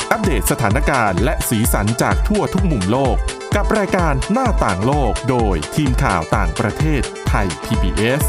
อัปเดตสถานการณ์และสีสันจากทั่วทุกมุมโลกกับรายการหน้าต่างโลกโดยทีมข่าวต่างประเทศไทย PBS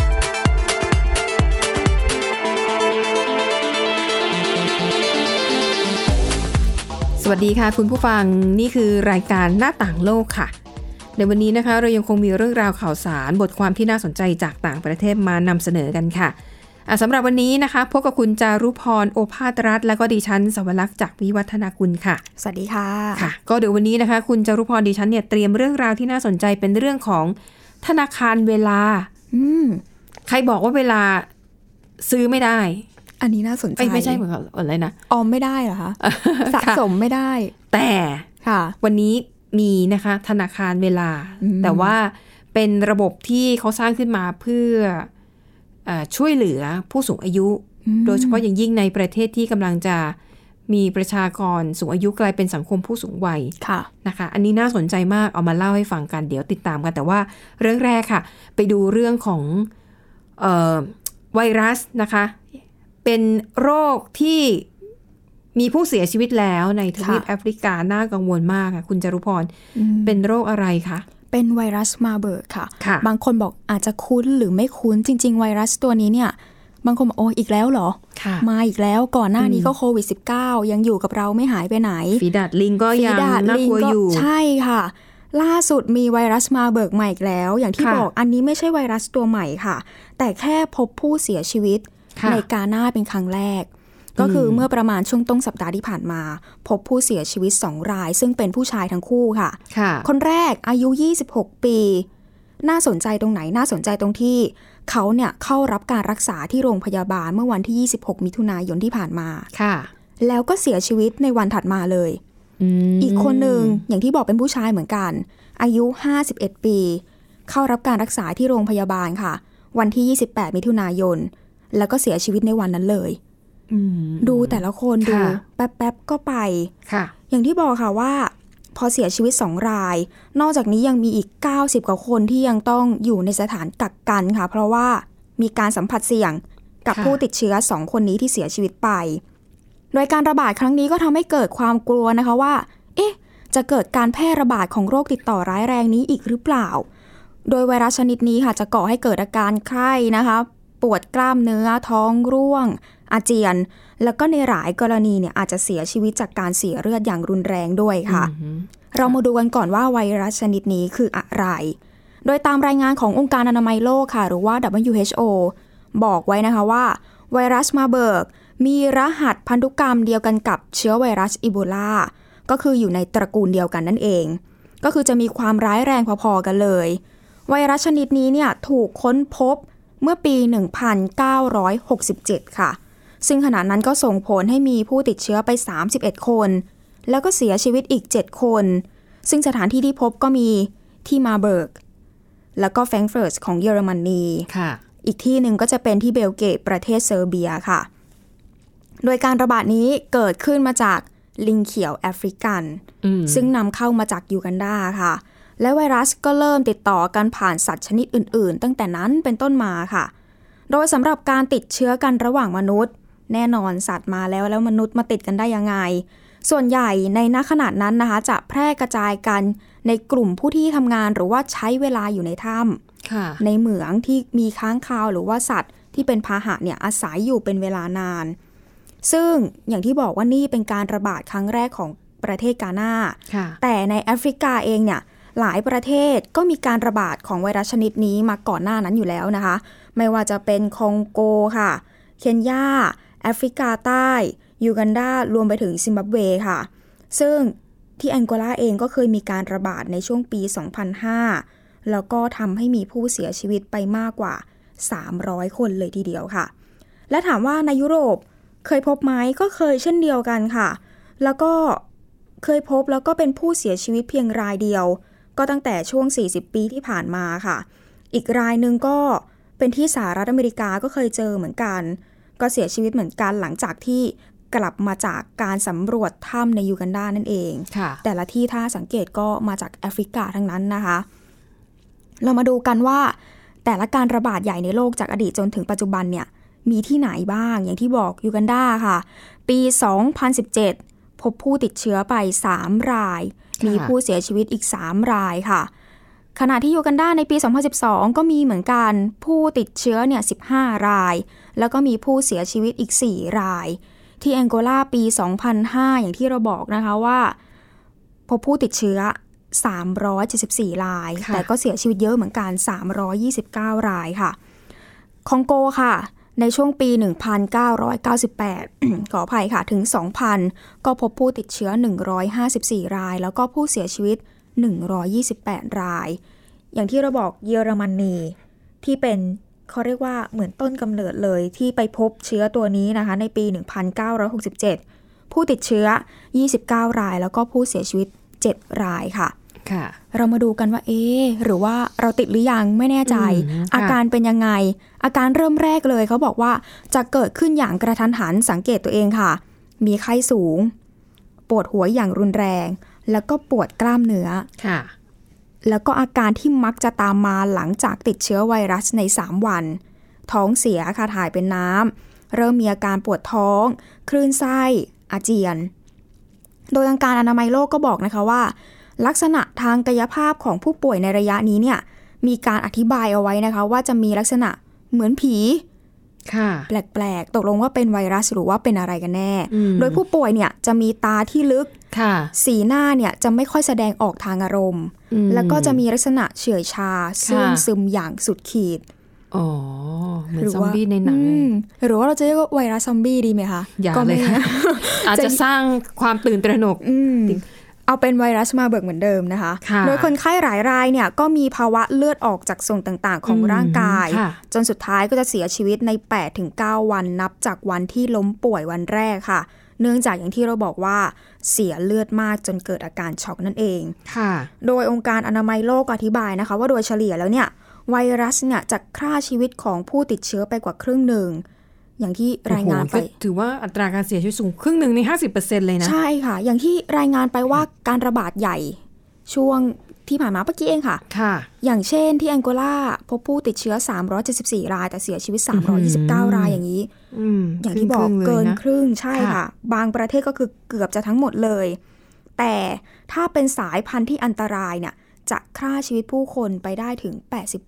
สวัสดีค่ะคุณผู้ฟังนี่คือรายการหน้าต่างโลกค่ะในวันนี้นะคะเรายังคงมีเรื่องราวข่าวสารบทความที่น่าสนใจจากต่างประเทศมานำเสนอกันค่ะสำหรับวันนี้นะคะพบกับคุณจารุพรโอภาสรัตน์และก็ดิฉันสวรักษ์จากวิวัฒนากุลค่ะสวัสดีค่ะค่ะก็เดี๋ยววันนี้นะคะคุณจารุพรดิฉันเนี่ยเตรียมเรื่องราวที่น่าสนใจเป็นเรื่องของธนาคารเวลาใครบอกว่าเวลาซื้อไม่ได้อันนี้น่าสนใจไม่ใช่เหมือนอะไรนะออมไม่ได้เหรอคะ สะสมไม่ได้แต่วันนี้มีนะคะธนาคารเวลาแต่ว่าเป็นระบบที่เขาสร้างขึ้นมาเพื่อช่วยเหลือผู้สูงอายุโดยเฉพาะอย่างยิ่งในประเทศที่กำลังจะมีประชากรสูงอายุกลายเป็นสังคมผู้สูงวัยนะคะอันนี้น่าสนใจมากเอามาเล่าให้ฟังกันเดี๋ยวติดตามกันแต่ว่าเรื่องแรกค่ะไปดูเรื่องของไวรัสนะคะเป็นโรคที่มีผู้เสียชีวิตแล้วในทวีปแอฟริกาน่ากังวลมากค่ะคุณจารุพรเป็นโรคอะไรคะเป็นไวรัสมาเบิร์กค่ะบางคนบอกอาจจะคุ้นหรือไม่คุ้นจริงๆไวรัสตัวนี้เนี่ยบางคนบอกโอ้อีกแล้วเหรอมาอีกแล้วก่อนหน้านี้ก็โควิด -19 ยังอยู่กับเราไม่หายไปไหนฝีดาดลิงก็ยังน่ากลัวอยู่ใช่ค่ะล่าสุดมีไวรัสมาเบิร์กใหม่อีกแล้วอย่างที่บอกอันนี้ไม่ใช่ไวรัสตัวใหม่ค่ะแต่แค่พบผู้เสียชีวิตในกานาเป็นครั้งแรกก็คือเมื่อประมาณช่วงต้นสัปดาห์ที่ผ่านมาพบผู้เสียชีวิต2รายซึ่งเป็นผู้ชายทั้งคู่ค่ะคนแรกอายุ26ปีน่าสนใจตรงไหนน่าสนใจตรงที่เขาเนี่ยเข้ารับการรักษาที่โรงพยาบาลเมื่อวันที่26มิถุนายนที่ผ่านมาแล้วก็เสียชีวิตในวันถัดมาเลยอีกคนหนึ่งอย่างที่บอกเป็นผู้ชายเหมือนกันอายุ51ปีเข้ารับการรักษาที่โรงพยาบาลค่ะวันที่28มิถุนายนแล้วก็เสียชีวิตในวันนั้นเลยดูแต่ละคนดูแป๊บๆก็ไปอย่างที่บอกค่ะว่าพอเสียชีวิต2รายนอกจากนี้ยังมีอีก90กว่าคนที่ยังต้องอยู่ในสถานกักกันค่ะเพราะว่ามีการสัมผัสเสี่ยงกับผู้ติดเชื้อ2คนนี้ที่เสียชีวิตไปโดยการระบาดครั้งนี้ก็ทำให้เกิดความกลัวนะคะว่าจะเกิดการแพร่ระบาดของโรคติดต่อร้ายแรงนี้อีกหรือเปล่าโดยไวรัสชนิดนี้ค่ะจะก่อให้เกิดอาการไข้นะคะปวดกล้ามเนื้อท้องร่วงอาเจียนแล้วก็ในหลายกรณีเนี่ยอาจจะเสียชีวิตจากการเสียเลือดอย่างรุนแรงด้วยค่ะเรามาดูกันก่อนว่าไวรัสชนิดนี้คืออะไรโดยตามรายงานขององค์การอนามัยโลกค่ะหรือว่า WHO บอกไว้นะคะว่าไวรัสมาเบิร์กมีรหัสพันธุกรรมเดียวกันกับเชื้อไวรัสอีโบลาก็คืออยู่ในตระกูลเดียวกันนั่นเองก็คือจะมีความร้ายแรงพอๆกันเลยไวรัสชนิดนี้เนี่ยถูกค้นพบเมื่อปี 1967 ค่ะซึ่งขณะนั้นก็ส่งผลให้มีผู้ติดเชื้อไป31คนแล้วก็เสียชีวิตอีก7คนซึ่งสถานที่ที่พบก็มีที่มาเบิร์กแล้วก็แฟรงก์เฟิร์ตของเยอรมนีอีกที่หนึ่งก็จะเป็นที่เบลเกตประเทศเซอร์เบียค่ะโดยการระบาดนี้เกิดขึ้นมาจากลิงเขียวแอฟริกันซึ่งนำเข้ามาจากยูกันดาค่ะและไวรัสก็เริ่มติดต่อกันผ่านสัตว์ชนิดอื่นๆตั้งแต่นั้นเป็นต้นมาค่ะโดยสำหรับการติดเชื้อกันระหว่างมนุษย์แน่นอนสัตว์มาแล้วมนุษย์มาติดกันได้ยังไงส่วนใหญ่ในณขณะนั้นนะคะจะแพร่กระจายกันในกลุ่มผู้ที่ทำงานหรือว่าใช้เวลาอยู่ในถ้ำในเหมืองที่มีค้างคาวหรือว่าสัตว์ที่เป็นพาหะเนี่ยอาศัยอยู่เป็นเวลานานซึ่งอย่างที่บอกว่านี่เป็นการระบาดครั้งแรกของประเทศกานาแต่ในแอฟริกาเองเนี่ยหลายประเทศก็มีการระบาดของไวรัสชนิดนี้มาก่อนหน้านั้นอยู่แล้วนะคะไม่ว่าจะเป็นคองโกค่ะเคนยาแอฟริกาใต้ยูกันดารวมไปถึงซิมบับเวค่ะซึ่งที่แองโกลาเองก็เคยมีการระบาดในช่วงปี 2005 แล้วก็ทำให้มีผู้เสียชีวิตไปมากกว่า300คนเลยทีเดียวค่ะและถามว่าในยุโรปเคยพบไหมก็เคยเช่นเดียวกันค่ะแล้วก็เคยพบแล้วก็เป็นผู้เสียชีวิตเพียงรายเดียวก็ตั้งแต่ช่วง40ปีที่ผ่านมาค่ะอีกรายนึงก็เป็นที่สหรัฐอเมริกาก็เคยเจอเหมือนกันก็เสียชีวิตเหมือนกันหลังจากที่กลับมาจากการสำรวจถ้ำในยูกันดานั่นเองแต่ละที่ถ้าสังเกตก็มาจากแอฟริกาทั้งนั้นนะคะเรามาดูกันว่าแต่ละการระบาดใหญ่ในโลกจากอดีตจนถึงปัจจุบันเนี่ยมีที่ไหนบ้างอย่างที่บอกยูกันดาค่ะปี 2017 พบผู้ติดเชื้อไป3รายมีผู้เสียชีวิตอีก3รายค่ะขณะที่ยูกันดาในปี2012ก็มีเหมือนกันผู้ติดเชื้อเนี่ย15รายแล้วก็มีผู้เสียชีวิตอีก4รายที่แองโกลาปี2005อย่างที่เราบอกนะคะว่าพบผู้ติดเชื้อ374รายแต่ก็เสียชีวิตเยอะเหมือนกัน329รายค่ะคองโกค่ะในช่วงปี1998 ขออภัยค่ะถึง 2000 ก็พบผู้ติดเชื้อ154รายแล้วก็ผู้เสียชีวิต128รายอย่างที่เราบอกเยอรมนีที่เป็นเขาเรียกว่าเหมือนต้นกำเนิดเลยที่ไปพบเชื้อตัวนี้นะคะในปี1967ผู้ติดเชื้อ29รายแล้วก็ผู้เสียชีวิต7รายค่ะเรามาดูกันว่าหรือว่าเราติดหรือยังไม่แน่ใจอาการเป็นยังไงอาการเริ่มแรกเลยเขาบอกว่าจะเกิดขึ้นอย่างกระทันหันสังเกตตัวเองค่ะมีไข้สูงปวดหัวอย่างรุนแรงแล้วก็ปวดกล้ามเนื้อแล้วก็อาการที่มักจะตามมาหลังจากติดเชื้อไวรัสใน3วันท้องเสียค่ะถ่ายเป็นน้ำเริ่มมีอาการปวดท้องคลื่นไส้อาเจียนโดยองค์การอนามัยโลกก็บอกนะคะว่าลักษณะทางกายภาพของผู้ป่วยในระยะนี้เนี่ยมีการอธิบายเอาไว้นะคะว่าจะมีลักษณะเหมือนผีแปลกๆตกลงว่าเป็นไวรัสหรือว่าเป็นอะไรกันแน่โดยผู้ป่วยเนี่ยจะมีตาที่ลึกสีหน้าเนี่ยจะไม่ค่อยแสดงออกทางอารมณ์แล้วก็จะมีลักษณะเฉื่อยชาซึมอย่างสุดขีดเหมือนซอมบี้ในหนังหรือว่าเราจะเรียกว่าไวรัสซอมบี้ดีไหมคะก็เลยค่ะอาจจะสร้างความตื่นตระหนกเอาเป็นไวรัสมาเบิกเหมือนเดิมนะคะโดยคนไข้หลายรายเนี่ยก็มีภาวะเลือดออกจากส่วนต่างๆของร่างกายจนสุดท้ายก็จะเสียชีวิตใน 8-9 วันนับจากวันที่ล้มป่วยวันแรกค่ะเนื่องจากอย่างที่เราบอกว่าเสียเลือดมากจนเกิดอาการช็อกนั่นเองโดยองค์การอนามัยโลกอธิบายนะคะว่าโดยเฉลี่ยแล้วเนี่ยไวรัสเนี่ยจะฆ่าชีวิตของผู้ติดเชื้อไปกว่าครึ่งหนึ่งอย่างที่รายงานไปถือว่าอัตราการเสียชีวิตสูงครึ่งหนึ่งใน 50% เลยนะใช่ค่ะอย่างที่รายงานไปว่าการระบาดใหญ่ช่วงที่ผ่านมาเมื่อกี้เองค่ะอย่างเช่นที่แองโกลาพบผู้ติดเชื้อ374รายแต่เสียชีวิต329รายอย่างนี้อย่างที่บอกเกินครึ่งใช่ค่ะบางประเทศก็คือเกือบจะทั้งหมดเลยแต่ถ้าเป็นสายพันธุ์ที่อันตรายเนี่ยจะฆ่าชีวิตผู้คนไปได้ถึง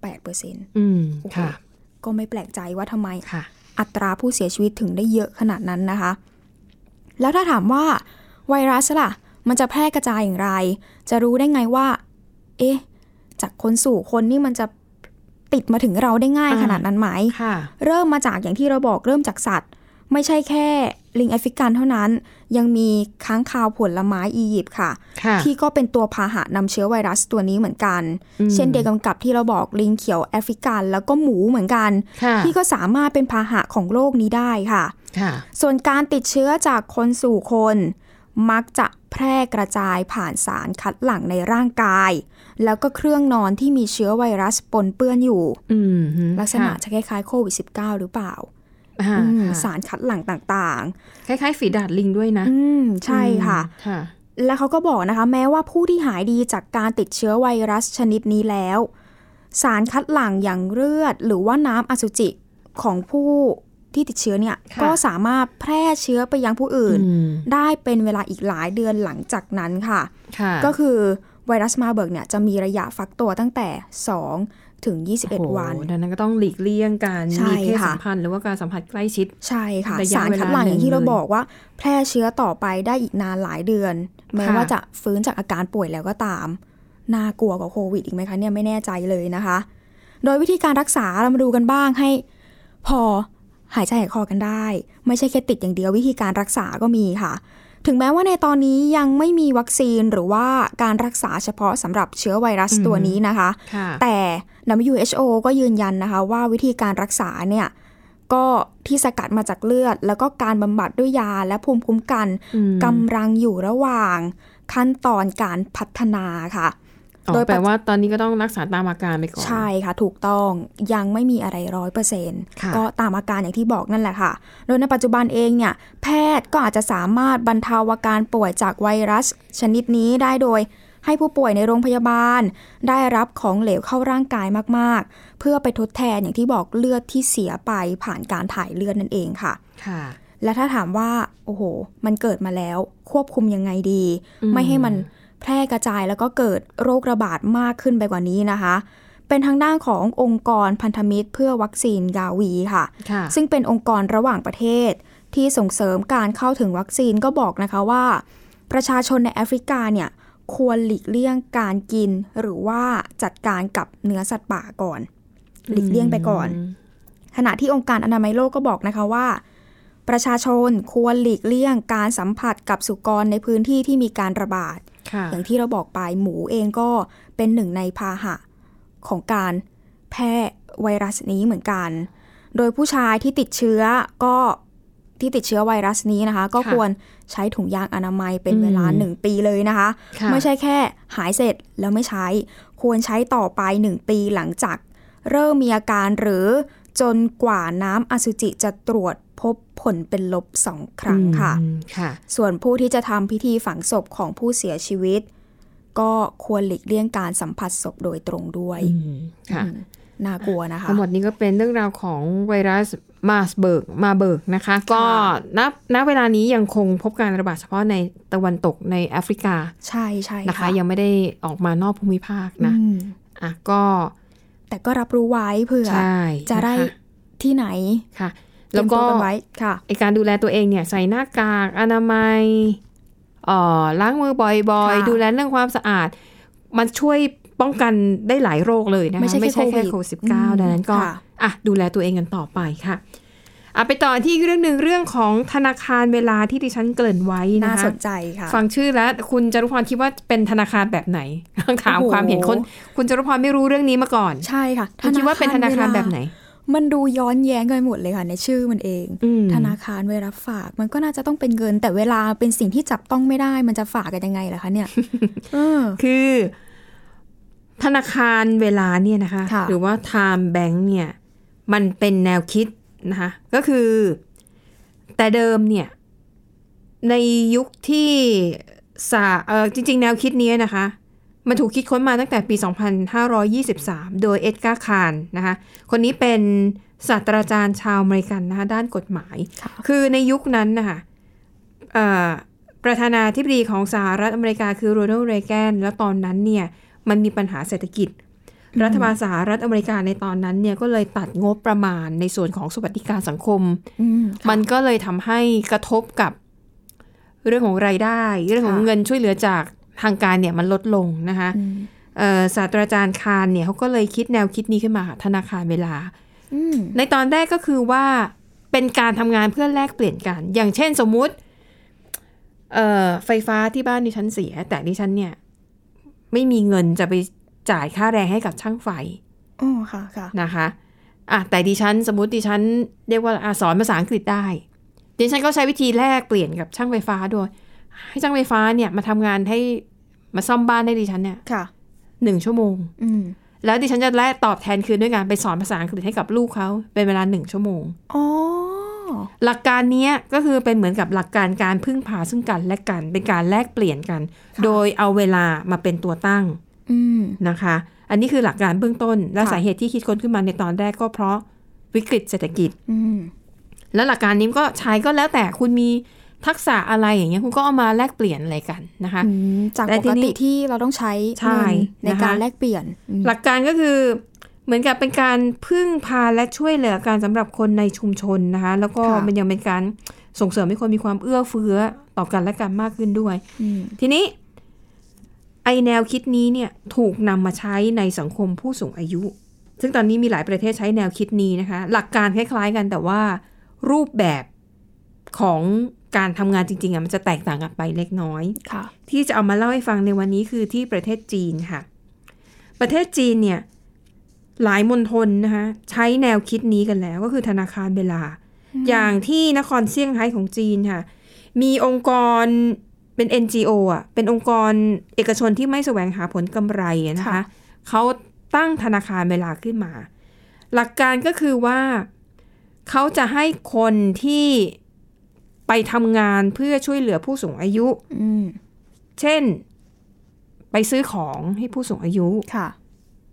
88% ค่ะก็ไม่แปลกใจว่าทำไมอัตราผู้เสียชีวิตถึงได้เยอะขนาดนั้นนะคะแล้วถ้าถามว่าไวรัสล่ะมันจะแพร่กระจายอย่างไรจะรู้ได้ไงว่าจากคนสู่คนนี่มันจะติดมาถึงเราได้ง่ายขนาดนั้นไหมเริ่มมาจากอย่างที่เราบอกเริ่มจากสัตว์ไม่ใช่แค่ลิงแอฟริกันเท่านั้นยังมีค้างคาวผลไม้อียิปต์ค่ะที่ก็เป็นตัวพาหะนำเชื้อไวรัสตัวนี้เหมือนกันเช่นเดียวกับที่เราบอกลิงเขียวแอฟริกันแล้วก็หมูเหมือนกันที่ก็สามารถเป็นพาหะของโรคนี้ได้ค่ะส่วนการติดเชื้อจากคนสู่คนมักจะแพร่กระจายผ่านสารคัดหลั่งในร่างกายแล้วก็เครื่องนอนที่มีเชื้อไวรัสปนเปื้อนอยู่ลักษณะจะคล้ายๆโควิด -19 หรือเปล่าสารคัดหลั่งต่างๆคล้ายๆฝีดาษลิงด้วยนะใช่ค่ะแล้วเขาก็บอกนะคะแม้ว่าผู้ที่หายดีจากการติดเชื้อไวรัสชนิดนี้แล้วสารคัดหลั่งอย่างเลือดหรือว่าน้ำอสุจิของผู้ที่ติดเชื้อเนี่ยก็สามารถแพร่เชื้อไปยังผู้อื่นได้เป็นเวลาอีกหลายเดือนหลังจากนั้นค่ะก็คือไวรัสมาเบิร์กเนี่ยจะมีระยะฟักตัวตั้งแต่2 ถึง 21 วันดังนั้นก็ต้องหลีกเลี่ยงการมีเพศสัมพันธ์หรือว่าการสัมผัสใกล้ชิดใช่ค่ะสารคัดหลั่งอย่างที่เราบอกว่าแพร่เชื้อต่อไปได้อีกนานหลายเดือนแม้ว่าจะฟื้นจากอาการป่วยแล้วก็ตามน่ากลัวกว่าโควิดอีกไหมคะเนี่ยไม่แน่ใจเลยนะคะโดยวิธีการรักษาเรามาดูกันบ้างให้พอหายใจหายคอกันได้ไม่ใช่แค่ติดอย่างเดียววิธีการรักษาก็มีค่ะถึงแม้ว่าในตอนนี้ยังไม่มีวัคซีนหรือว่าการรักษาเฉพาะสำหรับเชื้อไวรัสตัวนี้นะคะแต่ WHO ก็ยืนยันนะคะว่าวิธีการรักษาเนี่ยก็ที่สกัดมาจากเลือดแล้วก็การบำบัดด้วยยาและภูมิคุ้มกันกำลังอยู่ระหว่างขั้นตอนการพัฒนาค่ะโดยแปลว่าตอนนี้ก็ต้องรักษาตามอาการไปก่อนใช่ค่ะถูกต้องยังไม่มีอะไร 100% ก็ตามอาการอย่างที่บอกนั่นแหละค่ะโดยในปัจจุบันเองเนี่ยแพทย์ก็อาจจะสามารถบรรเทาอาการป่วยจากไวรัสชนิดนี้ได้โดยให้ผู้ป่วยในโรงพยาบาลได้รับของเหลวเข้าร่างกายมากๆเพื่อไปทดแทนอย่างที่บอกเลือดที่เสียไปผ่านการถ่ายเลือดนั่นเองค่ะและถ้าถามว่าโอ้โหมันเกิดมาแล้วควบคุมยังไงดีไม่ให้มันแพร่กระจายแล้วก็เกิดโรคระบาดมากขึ้นไปกว่านี้นะคะเป็นทางด้านขององค์กรพันธมิตรเพื่อวัคซีนกาวีค่ะซึ่งเป็นองค์กรระหว่างประเทศที่ส่งเสริมการเข้าถึงวัคซีนก็บอกนะคะว่าประชาชนในแอฟริกาเนี่ยควรหลีกเลี่ยงการกินหรือว่าจัดการกับเนื้อสัตว์ป่าก่อนหลีกเลี่ยงไปก่อนขณะที่องค์การอนามัยโลกก็บอกนะคะว่าประชาชนควรหลีกเลี่ยงการสัมผัสกับสุกรในพื้นที่ที่มีการระบาดอย่างที่เราบอกไปหมูเองก็เป็นหนึ่งในพาหะของการแพร่ไวรัสนี้เหมือนกันโดยผู้ชายที่ติดเชื้อไวรัสนี้นะคะก็ควรใช้ถุงยางอนามัยเป็นเวลา1 ปีเลยนะคะไม่ใช่แค่หายเสร็จแล้วไม่ใช้ควรใช้ต่อไป1 ปีหลังจากเริ่มมีอาการหรือจนกว่าน้ำอสุจิจะตรวจพบผลเป็นลบ2 ครั้งค่ะส่วนผู้ที่จะทำพิธีฝังศพของผู้เสียชีวิตก็ควรหลีกเลี่ยงการสัมผัสศพโดยตรงด้วยน่ากลัวนะคะทั้งหมดนี้ก็เป็นเรื่องราวของไวรัสมาเบิร์กนะคะก็ณเวลานี้ยังคงพบการระบาดเฉพาะในตะวันตกในแอฟริกาใช่นะคะยังไม่ได้ออกมานอกภูมิภาคนะก็แต่ก็รับรู้ไว้เผื่อจะได้ที่ไหนค่ะแล้วก็การดูแลตัวเองเนี่ยใส่หน้ากากอนามัยล้างมือบ่อยๆดูแลเรื่องความสะอาดมันช่วยป้องกันได้หลายโรคเลยนะคะไม่ใช่แค่โควิด -19 ดังนั้นก็ดูแลตัวเองกันต่อไปค่ะไปต่อที่เรื่องนึงเรื่องของธนาคารเวลาที่ดิฉันเกริ่นไว้นะคะน่าสนใจค่ะฟังชื่อแล้วคุณจารุพรคิดว่าเป็นธนาคารแบบไหนถามความเห็นคุณจารุพรไม่รู้เรื่องนี้มาก่อนใช่ค่ะคุณคิดว่าเป็นธนาคารแบบไหนมันดูย้อนแย้งกันหมดเลยค่ะในชื่อมันเองธนาคารเวลาฝากมันก็น่าจะต้องเป็นเงินแต่เวลาเป็นสิ่งที่จับต้องไม่ได้มันจะฝากกันยังไงล่ะคะเนี่ยคือธนาคารเวลาเนี่ยนะคะหรือว่า Time Bank เนี่ยมันเป็นแนวคิดนะคะก็คือแต่เดิมเนี่ยในยุคที่จริงๆแนวคิดนี้นะคะมันถูกคิดค้นมาตั้งแต่ปี 2523 โดยเอ็ดการ์ คานนะคะคนนี้เป็นศาสตราจารย์ชาวอเมริกันนะคะด้านกฎหมายคือในยุคนั้นนะคะประธานาธิบดีของสหรัฐอเมริกาคือโรนัลด์ เรแกนแล้วตอนนั้นเนี่ยมันมีปัญหาเศรษฐกิจรัฐบาลสหรัฐอเมริกาในตอนนั้นเนี่ยก็เลยตัดงบประมาณในส่วนของสวัสดิการสังคมมันก็เลยทำให้กระทบกับเรื่องของรายได้เรื่องของเงินช่วยเหลือจากทางการเนี่ยมันลดลงนะคะศาสตราจารย์คานเนี่ยเขาก็เลยคิดแนวคิดนี้ขึ้นมาธนาคารเวลาในตอนแรกก็คือว่าเป็นการทำงานเพื่อแลกเปลี่ยนกันอย่างเช่นสมมุติไฟฟ้าที่บ้านดิฉันเสียแต่ดิฉันเนี่ยไม่มีเงินจะไปจ่ายค่าแรงให้กับช่างไฟค่ะนะคะแต่ดิฉันสมมุติดิฉันเรียกว่าสอนภาษาอังกฤษได้ดิฉันก็ใช้วิธีแลกเปลี่ยนกับช่างไฟฟ้าด้วยให้ช่างไฟฟ้าเนี่ยมาทำงานให้มาซ่อมบ้านให้ดิฉันเนี่ย1 ชั่วโมงแล้วดิฉันจะแลกตอบแทนคืนด้วยการไปสอนภาษาอังกฤษให้กับลูกเขาเป็นเวลา1 ชั่วโมงหลักการนี้ก็คือเป็นเหมือนกับหลักการการพึ่งพาซึ่งกันและกันเป็นการแลกเปลี่ยนกันโดยเอาเวลามาเป็นตัวตั้งนะคะอันนี้คือหลักการเบื้องต้นและสาเหตุที่คิดค้นขึ้นมาในตอนแรกก็เพราะวิกฤตเศรษฐกิจแล้วหลักการนี้ก็ใช้ก็แล้วแต่คุณมีทักษะอะไรอย่างเงี้ยคุณก็เอามาแลกเปลี่ยนอะไรกันนะคะจากปกติที่เราต้องใช้ในการแลกเปลี่ยนหลักการก็คือเหมือนกับเป็นการพึ่งพาและช่วยเหลือกันสำหรับคนในชุมชนนะคะแล้วก็มันยังเป็นการส่งเสริมให้คนมีความเอื้อเฟื้อต่อกันและกันมากขึ้นด้วยทีนี้ไอแนวคิดนี้เนี่ยถูกนำมาใช้ในสังคมผู้สูงอายุซึ่งตอนนี้มีหลายประเทศใช้แนวคิดนี้นะคะหลักการคล้ายๆกันแต่ว่ารูปแบบของการทำงานจริงๆมันจะแตกต่างกันไปเล็กน้อยที่จะเอามาเล่าให้ฟังในวันนี้คือที่ประเทศจีนค่ะประเทศจีนเนี่ยหลายมณฑลนะคะใช้แนวคิดนี้กันแล้วก็คือธนาคารเวลาอย่างที่นครเซี่ยงไฮ้ของจีนค่ะมีองค์กรเป็น NGO เป็นองค์กรเอกชนที่ไม่แสวงหาผลกำไรนะคะเขาตั้งธนาคารเวลาขึ้นมาหลักการก็คือว่าเขาจะให้คนที่ไปทำงานเพื่อช่วยเหลือผู้สูงอายุเช่นไปซื้อของให้ผู้สูงอายุ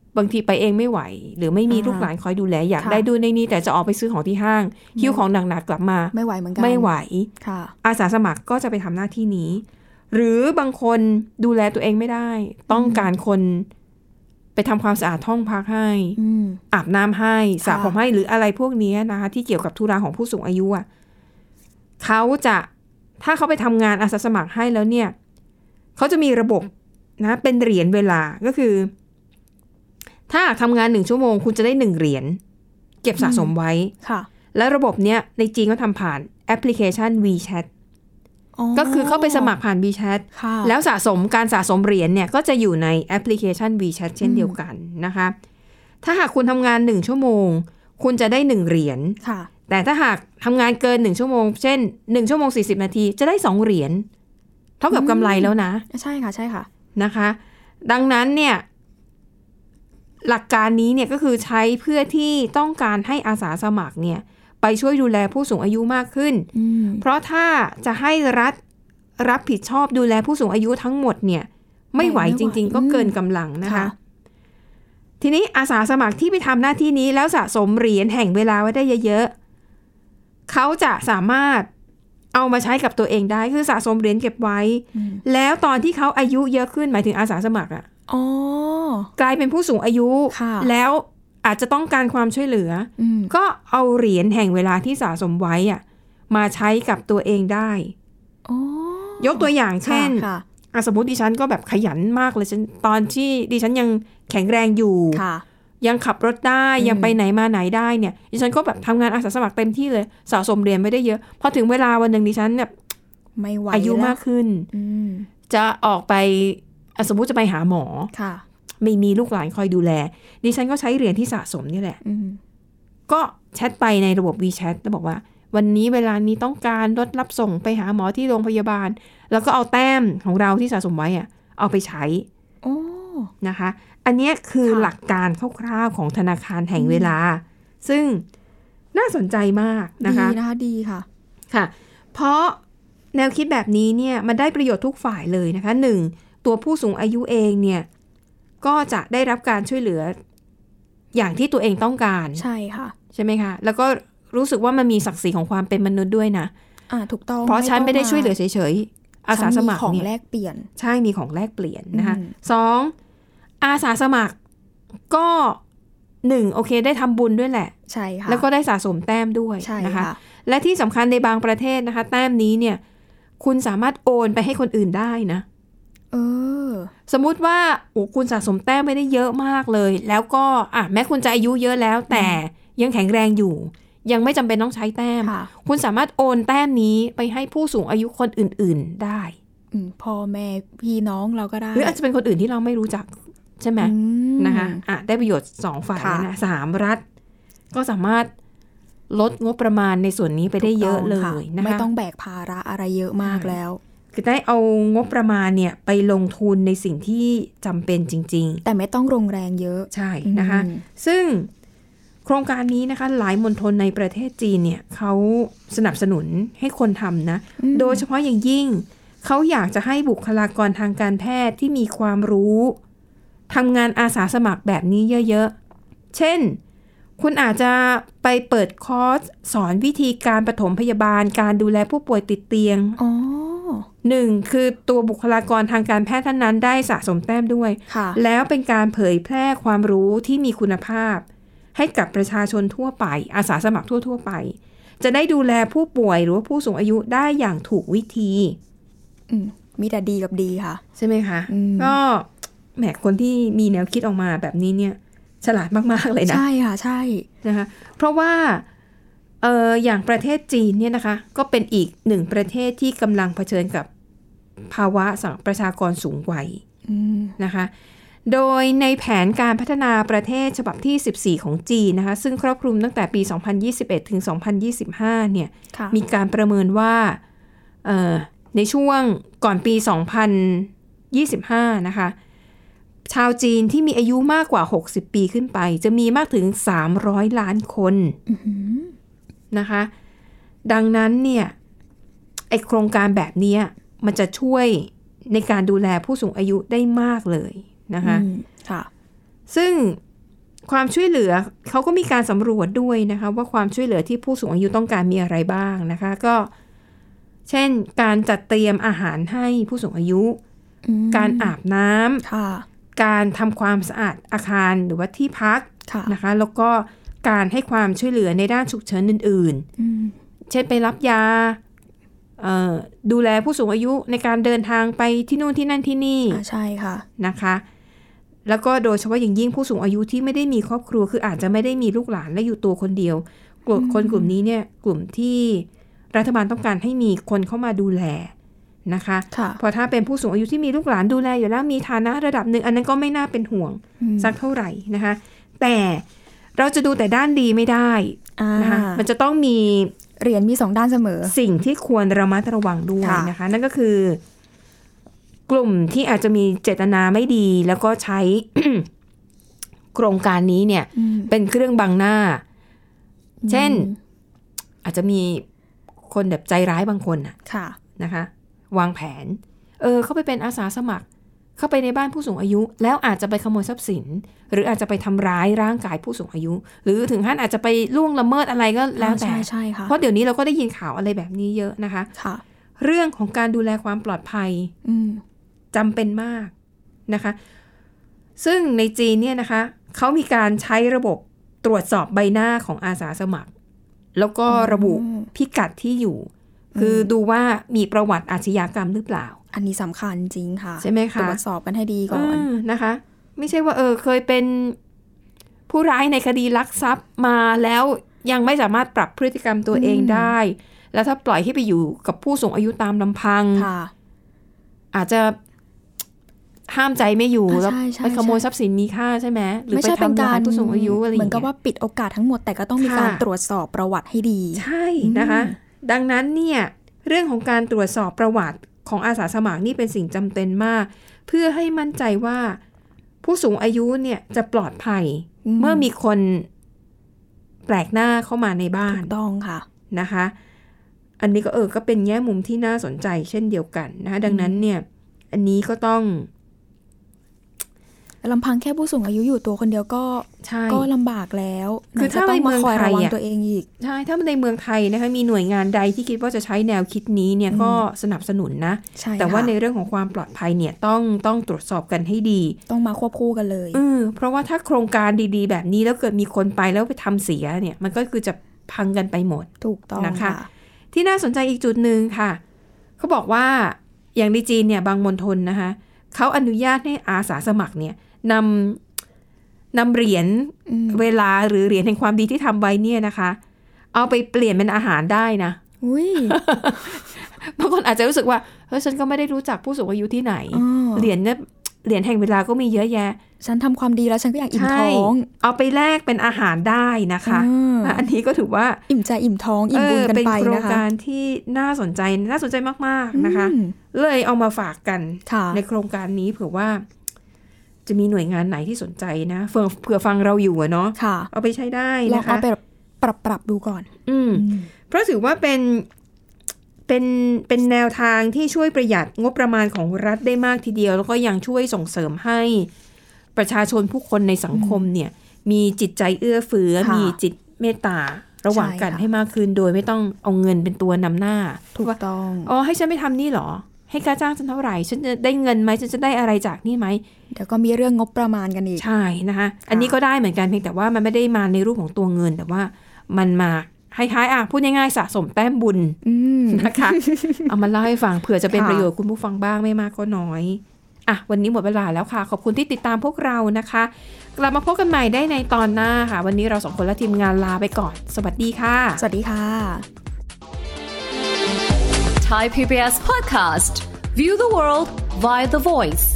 บางทีไปเองไม่ไหวหรือไม่มีลูกหลานคอยดูแลอยากได้ดูในนี้แต่จะออกไปซื้อของที่ห้างหิ้วของหนักๆกลับมาไม่ไหวเหมือนกันไม่ไหวอาสาสมัครก็จะไปทำหน้าที่นี้หรือบางคนดูแลตัวเองไม่ได้ต้องการคนไปทำความสะอาดห้องพักให้อาบน้ำให้สระผมให้หรืออะไรพวกนี้นะคะที่เกี่ยวกับธุระของผู้สูงอายุอ่ะเขาจะถ้าเขาไปทำงานอาสาสมัครให้แล้วเนี่ยเขาจะมีระบบนะเป็นเหรียญเวลาก็คือถ้าทำงาน1 ชั่วโมงคุณจะได้1 เหรียญเก็บสะสมไว้และระบบเนี้ยในจีนก็ทำผ่านแอปพลิเคชัน WeChat ก็คือเข้าไปสมัครผ่าน WeChat แล้วการสะสมเหรียญเนี่ยก็จะอยู่ในแอปพลิเคชัน WeChat เช่นเดียวกันนะคะถ้าหากคุณทำงาน1 ชั่วโมงคุณจะได้1 เหรียญแต่ถ้าหากทำงานเกิน1 ชั่วโมงเช่น1 ชั่วโมง 40 นาทีจะได้2 เหรียญเท่ากับกำไรแล้วนะใช่ค่ะใช่ค่ะนะคะดังนั้นเนี่ยหลักการนี้เนี่ยก็คือใช้เพื่อที่ต้องการให้อาสาสมัครเนี่ยไปช่วยดูแลผู้สูงอายุมากขึ้นเพราะถ้าจะให้รัฐรับผิดชอบดูแลผู้สูงอายุทั้งหมดเนี่ยไม่ไหวจริงๆก็เกินกำลังนะคะทีนี้อาสาสมัครที่ไปทำหน้าที่นี้แล้วสะสมเหรียญแห่งเวลาไว้ได้เยอะๆเขาจะสามารถเอามาใช้กับตัวเองได้คือสะสมเหรียญเก็บไว้แล้วตอนที่เขาอายุเยอะขึ้นหมายถึงอาสาสมัครอ่ะกลายเป็นผู้สูงอายุแล้วอาจจะต้องการความช่วยเหลือก็เอาเหรียญแห่งเวลาที่สะสมไว้อ่ะมาใช้กับตัวเองได้ยกตัวอย่างเช่นสมมติดิฉันก็แบบขยันมากเลยตอนที่ดิฉันยังแข็งแรงอยู่ยังขับรถได้ยังไปไหนมาไหนได้เนี่ยดิฉันก็แบบทำงานอาสาสมัครเต็มที่เลยสะสมเหรียญไม่ได้เยอะพอถึงเวลาวันหนึ่งดิฉันแบบไม่ไหวอายุมากขึ้นจะออกไปสมมุติจะไปหาหมอไม่มีลูกหลานคอยดูแลดิฉันก็ใช้เหรียญที่สะสมนี่แหละก็แชทไปในระบบ WeChat แล้วบอกว่าวันนี้เวลานี้ต้องการรถรับส่งไปหาหมอที่โรงพยาบาลแล้วก็เอาแต้มของเราที่สะสมไว้เอาไปใช้นะคะอันนี้คือหลักการคร่าวๆของธนาคารแห่งเวลาซึ่งน่าสนใจมากนะคะดีนะคะดีค่ะค่ะเพราะแนวคิดแบบนี้เนี่ยมันได้ประโยชน์ทุกฝ่ายเลยนะคะ1ตัวผู้สูงอายุเองเนี่ยก็จะได้รับการช่วยเหลืออย่างที่ตัวเองต้องการใช่ค่ะใช่ไหมคะแล้วก็รู้สึกว่ามันมีศักดิ์ศรีของความเป็นมนุษย์ด้วยนะถูกต้องเพราะฉันไม่ได้ช่วยเหลือเฉยๆอาสาสมัครของแลกเปลี่ยนใช่มีของแลกเปลี่ยนนะคะ2อาสาสมัครก็1โอเคได้ทำบุญด้วยแหละใช่ค่ะแล้วก็ได้สะสมแต้มด้วยนะคะและที่สำคัญในบางประเทศนะคะแต้มนี้เนี่ยคุณสามารถโอนไปให้คนอื่นได้นะสมมุติว่าคุณสะสมแต้มไม่ได้เยอะมากเลยแล้วก็แม้คุณจะอายุเยอะแล้วแต่ยังแข็งแรงอยู่ยังไม่จำเป็นต้องใช้แต้มคุณสามารถโอนแต้มนี้ไปให้ผู้สูงอายุคนอื่นๆได้พ่อแม่พี่น้องเราก็ได้หรืออาจจะเป็นคนอื่นที่เราไม่รู้จักใช่ไหมนะคะได้ประโยชน์2ฝ่ายนะ3รัฐก็สามารถลดงบประมาณในส่วนนี้ไปได้เยอะเลยนะคะไม่ต้องแบกภาระอะไรเยอะมากแล้วคือได้เอางบประมาณเนี่ยไปลงทุนในสิ่งที่จำเป็นจริงๆแต่ไม่ต้องลงแรงเยอะใช่นะคะซึ่งโครงการนี้นะคะหลายมณฑลในประเทศจีนเนี่ยเขาสนับสนุนให้คนทำนะโดยเฉพาะอย่างยิ่งเขาอยากจะให้บุคลากรทางการแพทย์ที่มีความรู้ทำงานอาสาสมัครแบบนี้เยอะๆเช่นคุณอาจจะไปเปิดคอร์สสอนวิธีการปฐมพยาบาลการดูแลผู้ป่วยติดเตียง1คือตัวบุคลากรทางการแพทย์ท่านนั้นได้สะสมแต้มด้วยแล้วเป็นการเผยแพร่ความรู้ที่มีคุณภาพให้กับประชาชนทั่วไปอาสาสมัครทั่วไปจะได้ดูแลผู้ป่วยหรือว่าผู้สูงอายุได้อย่างถูกวิธีมีแต่ดีกับดีค่ะใช่ไหมคะก็แหมคนที่มีแนวคิดออกมาแบบนี้เนี่ยฉลาดมากๆเลยนะใช่ค่ะใช่นะคะเพราะว่าอย่างประเทศจีนเนี่ยนะคะก็เป็นอีกหนึ่งประเทศที่กำลังเผชิญกับภาวะประชากรสูงวัยนะคะโดยในแผนการพัฒนาประเทศฉบับที่14ของจีนนะคะซึ่งครอบคลุมตั้งแต่ปี2021ถึง2025เนี่ยมีการประเมินว่าในช่วงก่อนปี2025นะคะชาวจีนที่มีอายุมากกว่า60ปีขึ้นไปจะมีมากถึง300ล้านคนนะคะดังนั้นเนี่ยไอโครงการแบบนี้มันจะช่วยในการดูแลผู้สูงอายุได้มากเลยนะคะซึ่งความช่วยเหลือเขาก็มีการสำรวจด้วยนะคะว่าความช่วยเหลือที่ผู้สูงอายุต้องการมีอะไรบ้างนะคะก็เช่นการจัดเตรียมอาหารให้ผู้สูงอายุการอาบน้ำการทำความสะอาดอาคารหรือว่าที่พักนะคะแล้วก็การให้ความช่วยเหลือในด้านฉุกเฉินอื่นๆเช่นไปรับยาดูแลผู้สูงอายุในการเดินทางไปที่นู่นที่นั่นที่นี่ใช่ค่ะนะคะแล้วก็โดยเฉพาะอย่างยิ่งผู้สูงอายุที่ไม่ได้มีครอบครัวคืออาจจะไม่ได้มีลูกหลานและอยู่ตัวคนเดียวคนกลุ่มนี้เนี่ยกลุ่มที่รัฐบาลต้องการให้มีคนเข้ามาดูแลนะคะพอถ้าเป็นผู้สูงอายุที่มีลูกหลานดูแลอยู่แล้วมีฐานะระดับหนึ่งอันนั้นก็ไม่น่าเป็นห่วงสักเท่าไหร่นะคะแต่เราจะดูแต่ด้านดีไม่ได้นะคะมันจะต้องมีเหรียญมี2ด้านเสมอสิ่งที่ควรระมัดระวังด้วยนะคะนั่นก็คือกลุ่มที่อาจจะมีเจตนาไม่ดีแล้วก็ใช้ โครงการนี้เนี่ยเป็นเครื่องบังหน้าเช่นอาจจะมีคนแบบใจร้ายบางคนนะคะวางแผนเข้าไปเป็นอาสาสมัครเข้าไปในบ้านผู้สูงอายุแล้วอาจจะไปขโมยทรัพย์สินหรืออาจจะไปทำร้ายร่างกายผู้สูงอายุหรือถึงขั้นอาจจะไปล่วงละเมิดอะไรก็แล้วแต่เพราะเดี๋ยวนี้เราก็ได้ยินข่าวอะไรแบบนี้เยอะนะคะเรื่องของการดูแลความปลอดภัยจำเป็นมากนะคะซึ่งในจีนเนี่ยนะคะเขามีการใช้ระบบตรวจสอบใบหน้าของอาสาสมัครแล้วก็ระบุพิกัดที่อยู่คือดูว่ามีประวัติอาชญากรรมหรือเปล่าอันนี้สำคัญจริงค่ะใช่ไหมคะตรวจสอบกันให้ดีก่อนนะคะไม่ใช่ว่าเคยเป็นผู้ร้ายในคดีลักทรัพย์มาแล้วยังไม่สามารถปรับพฤติกรรมตัวเองได้แล้วถ้าปล่อยให้ไปอยู่กับผู้สูงอายุตามลำพังอาจจะห้ามใจไม่อยู่แล้วไปขโมยทรัพย์สินมีค่าใช่ไหมหรือไปทำร้ายผู้สูงอายุอะไรอย่างเงี้ยเหมือนกับว่าปิดโอกาสทั้งหมดแต่ก็ต้องมีการตรวจสอบประวัติให้ดีใช่นะคะดังนั้นเนี่ยเรื่องของการตรวจสอบประวัติของอาสาสมัครนี่เป็นสิ่งจำเป็นมากเพื่อให้มั่นใจว่าผู้สูงอายุเนี่ยจะปลอดภัยเมื่อมีคนแปลกหน้าเข้ามาในบ้านถูกต้องค่ะนะคะอันนี้ก็เป็นแง่มุมที่น่าสนใจเช่นเดียวกันนะคะดังนั้นเนี่ยอันนี้ก็ต้องลำพังแค่ผู้สูงอายุอยู่ตัวคนเดียวก็ลำบากแล้วคือถ้าในเมืองไทยตัวเองอีกใช่ถ้าในเมืองไทยนะคะมีหน่วยงานใดที่คิดว่าจะใช้แนวคิดนี้เนี่ยก็สนับสนุนนะแต่ว่าในเรื่องของความปลอดภัยเนี่ยต้องตรวจสอบกันให้ดีต้องมาควบคู่กันเลยเพราะว่าถ้าโครงการดีๆแบบนี้แล้วเกิดมีคนไปแล้วไปทำเสียเนี่ยมันก็คือจะพังกันไปหมดถูกต้องนะคะที่น่าสนใจอีกจุดหนึ่งค่ะเขาบอกว่าอย่างในจีนเนี่ยบางมณฑลนะคะเขาอนุญาตให้อาสาสมัครเนี่ยนำเหรียญเวลาหรือเหรียญแห่งความดีที่ทำไว้เนี่ยนะคะเอาไปเปลี่ยนเป็นอาหารได้นะบางคนอาจจะรู้สึกว่าเฮ้ยฉันก็ไม่ได้รู้จักผู้สูงอายุที่ไหนเหรียญแห่งเวลาก็มีเยอะแยะฉันทำความดีแล้วฉันก็อยากอิ่มท้องเอาไปแลกเป็นอาหารได้นะคะอันนี้ก็ถือว่าอิ่มใจอิ่มท้องอิ่มบุญกันไปนะคะเป็นโครงการที่น่าสนใจมากๆนะคะเลยเอามาฝากกันในโครงการนี้เผื่อว่าจะมีหน่วยงานไหนที่สนใจนะเผื่อฟังเราอยู่เนาะเอาไปใช้ได้นะคะลองเอาไปปรับดูก่อนเพราะถือว่าเป็นแนวทางที่ช่วยประหยัดงบประมาณของรัฐได้มากทีเดียวแล้วก็ยังช่วยส่งเสริมให้ประชาชนผู้คนในสังคมเนี่ยมีจิตใจเอื้อเฟื้อมีจิตเมตตาระหว่างกันให้มากขึ้นโดยไม่ต้องเอาเงินเป็นตัวนำหน้าถูกต้องให้ฉันไม่ทำนี่หรอให้ค่าจ้างฉันเท่าไหร่ฉันจะได้เงินไหมฉันจะได้อะไรจากนี่ไหมเดี๋ยวก็มีเรื่องงบประมาณกันอีกใช่นะคะอันนี้ก็ได้เหมือนกันเพียงแต่ว่ามันไม่ได้มาในรูปของตัวเงินแต่ว่ามันมาคล้ายๆพูดง่ายๆสะสมแต้มบุญนะคะเอามาเล่าให้ฟังเผื่อจะเป็นประโยชน์คุณผู้ฟังบ้างไม่มากก็น้อยวันนี้หมดเวลาแล้วค่ะขอบคุณที่ติดตามพวกเรานะคะกลับมาพบกันใหม่ได้ในตอนหน้าค่ะวันนี้เราสองคนและทีมงานลาไปก่อนสวัสดีค่ะสวัสดีค่ะ Thai PBS Podcast View the world via the voice